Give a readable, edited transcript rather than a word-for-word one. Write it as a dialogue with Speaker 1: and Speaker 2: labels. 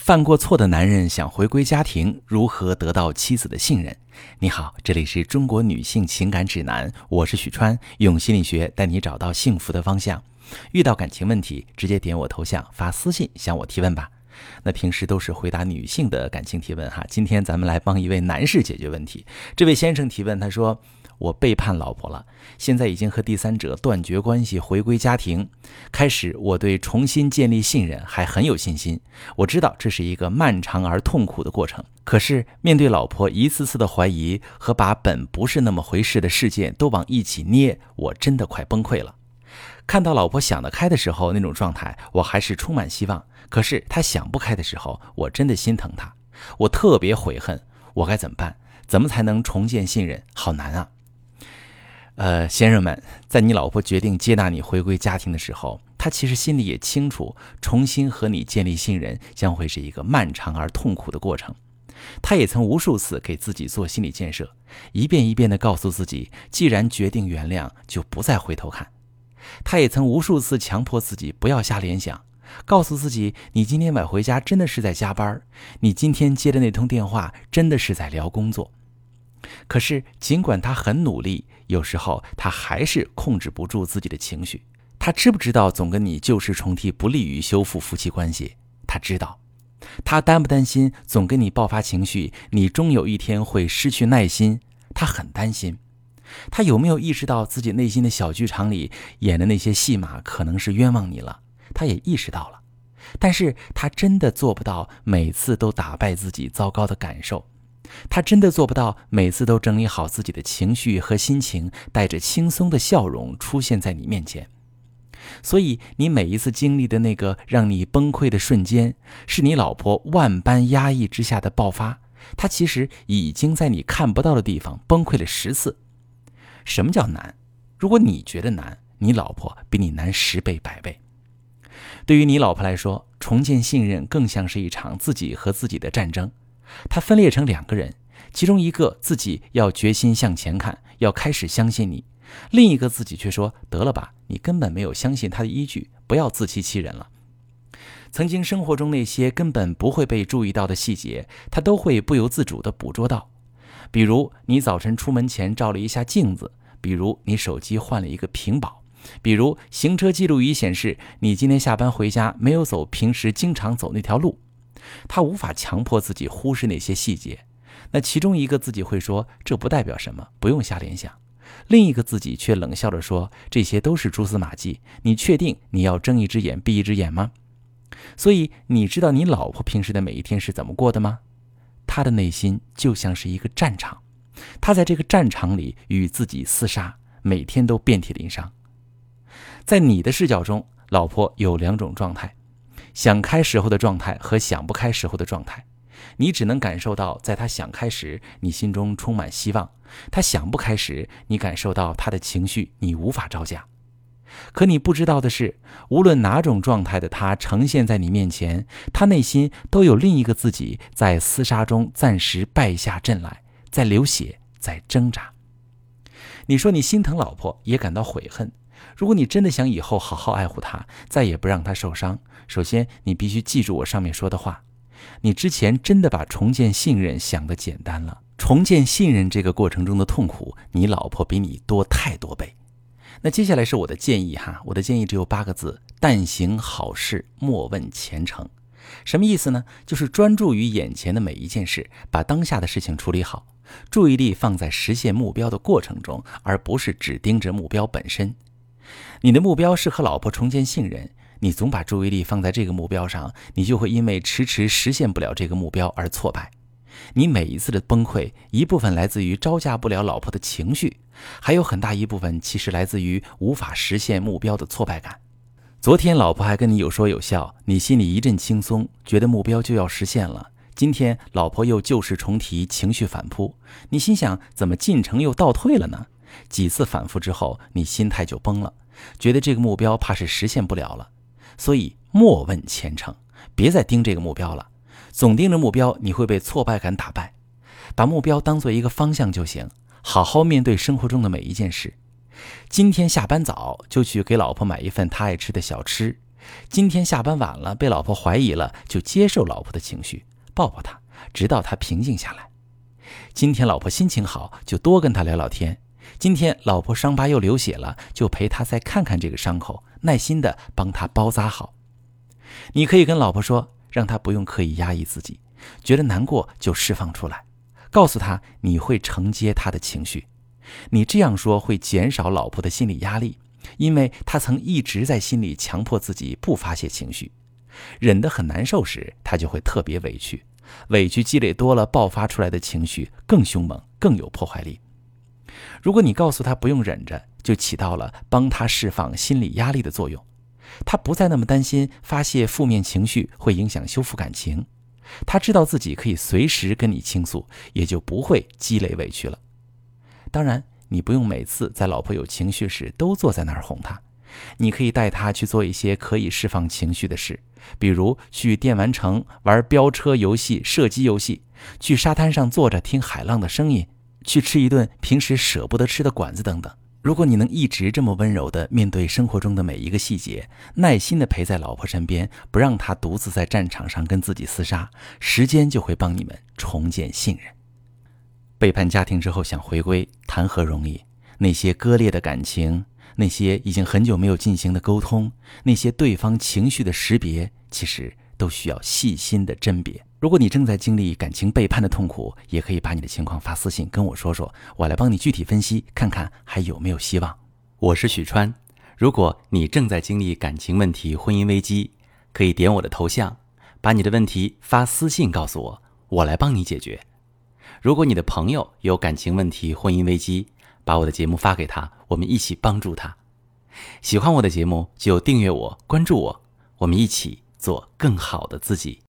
Speaker 1: 犯过错的男人想回归家庭，如何得到妻子的信任？你好，这里是中国女性情感指南，我是许川，用心理学带你找到幸福的方向。遇到感情问题，直接点我头像发私信向我提问吧。那平时都是回答女性的感情提问哈，今天咱们来帮一位男士解决问题。这位先生提问，他说：我背叛老婆了，现在已经和第三者断绝关系，回归家庭。开始我对重新建立信任还很有信心，我知道这是一个漫长而痛苦的过程。可是面对老婆一次次的怀疑和把本不是那么回事的事件都往一起捏，我真的快崩溃了。看到老婆想得开的时候那种状态，我还是充满希望，可是她想不开的时候，我真的心疼她，我特别悔恨，我该怎么办？怎么才能重建信任？好难啊。先生们，在你老婆决定接纳你回归家庭的时候，她其实心里也清楚，重新和你建立信任将会是一个漫长而痛苦的过程。她也曾无数次给自己做心理建设，一遍一遍地告诉自己，既然决定原谅，就不再回头看。她也曾无数次强迫自己不要瞎联想，告诉自己，你今天晚回家真的是在加班，你今天接的那通电话真的是在聊工作。可是尽管他很努力，有时候他还是控制不住自己的情绪。他知不知道总跟你旧事重提不利于修复夫妻关系？他知道。他担不担心总跟你爆发情绪，你终有一天会失去耐心？他很担心。他有没有意识到自己内心的小剧场里演的那些戏码可能是冤枉你了？他也意识到了。但是他真的做不到每次都打败自己糟糕的感受，他真的做不到每次都整理好自己的情绪和心情，带着轻松的笑容出现在你面前。所以你每一次经历的那个让你崩溃的瞬间，是你老婆万般压抑之下的爆发，她其实已经在你看不到的地方崩溃了10次。什么叫难？如果你觉得难，你老婆比你难10倍100倍。对于你老婆来说，重建信任更像是一场自己和自己的战争。他分裂成2个人，其中一个自己要决心向前看，要开始相信你，另一个自己却说，得了吧，你根本没有相信他的依据，不要自欺欺人了。曾经生活中那些根本不会被注意到的细节，他都会不由自主地捕捉到。比如你早晨出门前照了一下镜子，比如你手机换了一个屏保，比如行车记录仪显示你今天下班回家没有走平时经常走那条路。他无法强迫自己忽视那些细节，那其中一个自己会说，这不代表什么，不用瞎联想。另一个自己却冷笑着说，这些都是蛛丝马迹，你确定你要睁一只眼闭一只眼吗？所以你知道你老婆平时的每一天是怎么过的吗？她的内心就像是一个战场，她在这个战场里与自己厮杀，每天都遍体鳞伤。在你的视角中，老婆有2种状态，想开时候的状态和想不开时候的状态。你只能感受到在他想开时你心中充满希望，他想不开时你感受到他的情绪，你无法招架。可你不知道的是，无论哪种状态的他呈现在你面前，他内心都有另一个自己在厮杀中暂时败下阵来，在流血，在挣扎。你说你心疼老婆，也感到悔恨。如果你真的想以后好好爱护她，再也不让她受伤，首先你必须记住我上面说的话。你之前真的把重建信任想得简单了，重建信任这个过程中的痛苦，你老婆比你多太多倍。那接下来是我的建议哈，我的建议只有8个字：但行好事，莫问前程。什么意思呢？就是专注于眼前的每一件事，把当下的事情处理好，注意力放在实现目标的过程中，而不是只盯着目标本身。你的目标是和老婆重建信任，你总把注意力放在这个目标上，你就会因为迟迟实现不了这个目标而挫败。你每一次的崩溃，一部分来自于招架不了老婆的情绪，还有很大一部分其实来自于无法实现目标的挫败感。昨天老婆还跟你有说有笑，你心里一阵轻松，觉得目标就要实现了。今天老婆又旧事重提，情绪反扑，你心想怎么进程又倒退了呢？几次反复之后，你心态就崩了，觉得这个目标怕是实现不了了。所以莫问前程，别再盯这个目标了，总盯着目标你会被挫败感打败。把目标当做一个方向就行，好好面对生活中的每一件事。今天下班早就去给老婆买一份她爱吃的小吃， 今天下班晚了，被老婆怀疑了，就接受老婆的情绪，抱抱她，直到她平静下来。今天老婆心情好，就多跟她聊聊天。今天老婆伤疤又流血了，就陪她再看看这个伤口，耐心地帮她包扎好。你可以跟老婆说，让她不用刻意压抑自己，觉得难过就释放出来，告诉她你会承接她的情绪。你这样说会减少老婆的心理压力，因为她曾一直在心里强迫自己不发泄情绪，忍得很难受时，她就会特别委屈，委屈积累多了，爆发出来的情绪更凶猛，更有破坏力。如果你告诉她不用忍着，就起到了帮她释放心理压力的作用，她不再那么担心发泄负面情绪会影响修复感情，她知道自己可以随时跟你倾诉，也就不会积累委屈了。当然，你不用每次在老婆有情绪时都坐在那儿哄她，你可以带她去做一些可以释放情绪的事，比如去电玩城玩飙车游戏、射击游戏，去沙滩上坐着听海浪的声音，去吃一顿平时舍不得吃的馆子等等。如果你能一直这么温柔地面对生活中的每一个细节，耐心地陪在老婆身边，不让她独自在战场上跟自己厮杀，时间就会帮你们重建信任。背叛家庭之后想回归，谈何容易？那些割裂的感情，那些已经很久没有进行的沟通，那些对方情绪的识别，其实都需要细心的甄别。如果你正在经历感情背叛的痛苦，也可以把你的情况发私信跟我说说，我来帮你具体分析，看看还有没有希望。我是许川，如果你正在经历感情问题、婚姻危机，可以点我的头像，把你的问题发私信告诉我，我来帮你解决。如果你的朋友有感情问题、婚姻危机，把我的节目发给他，我们一起帮助他。喜欢我的节目就订阅我、关注我，我们一起做更好的自己。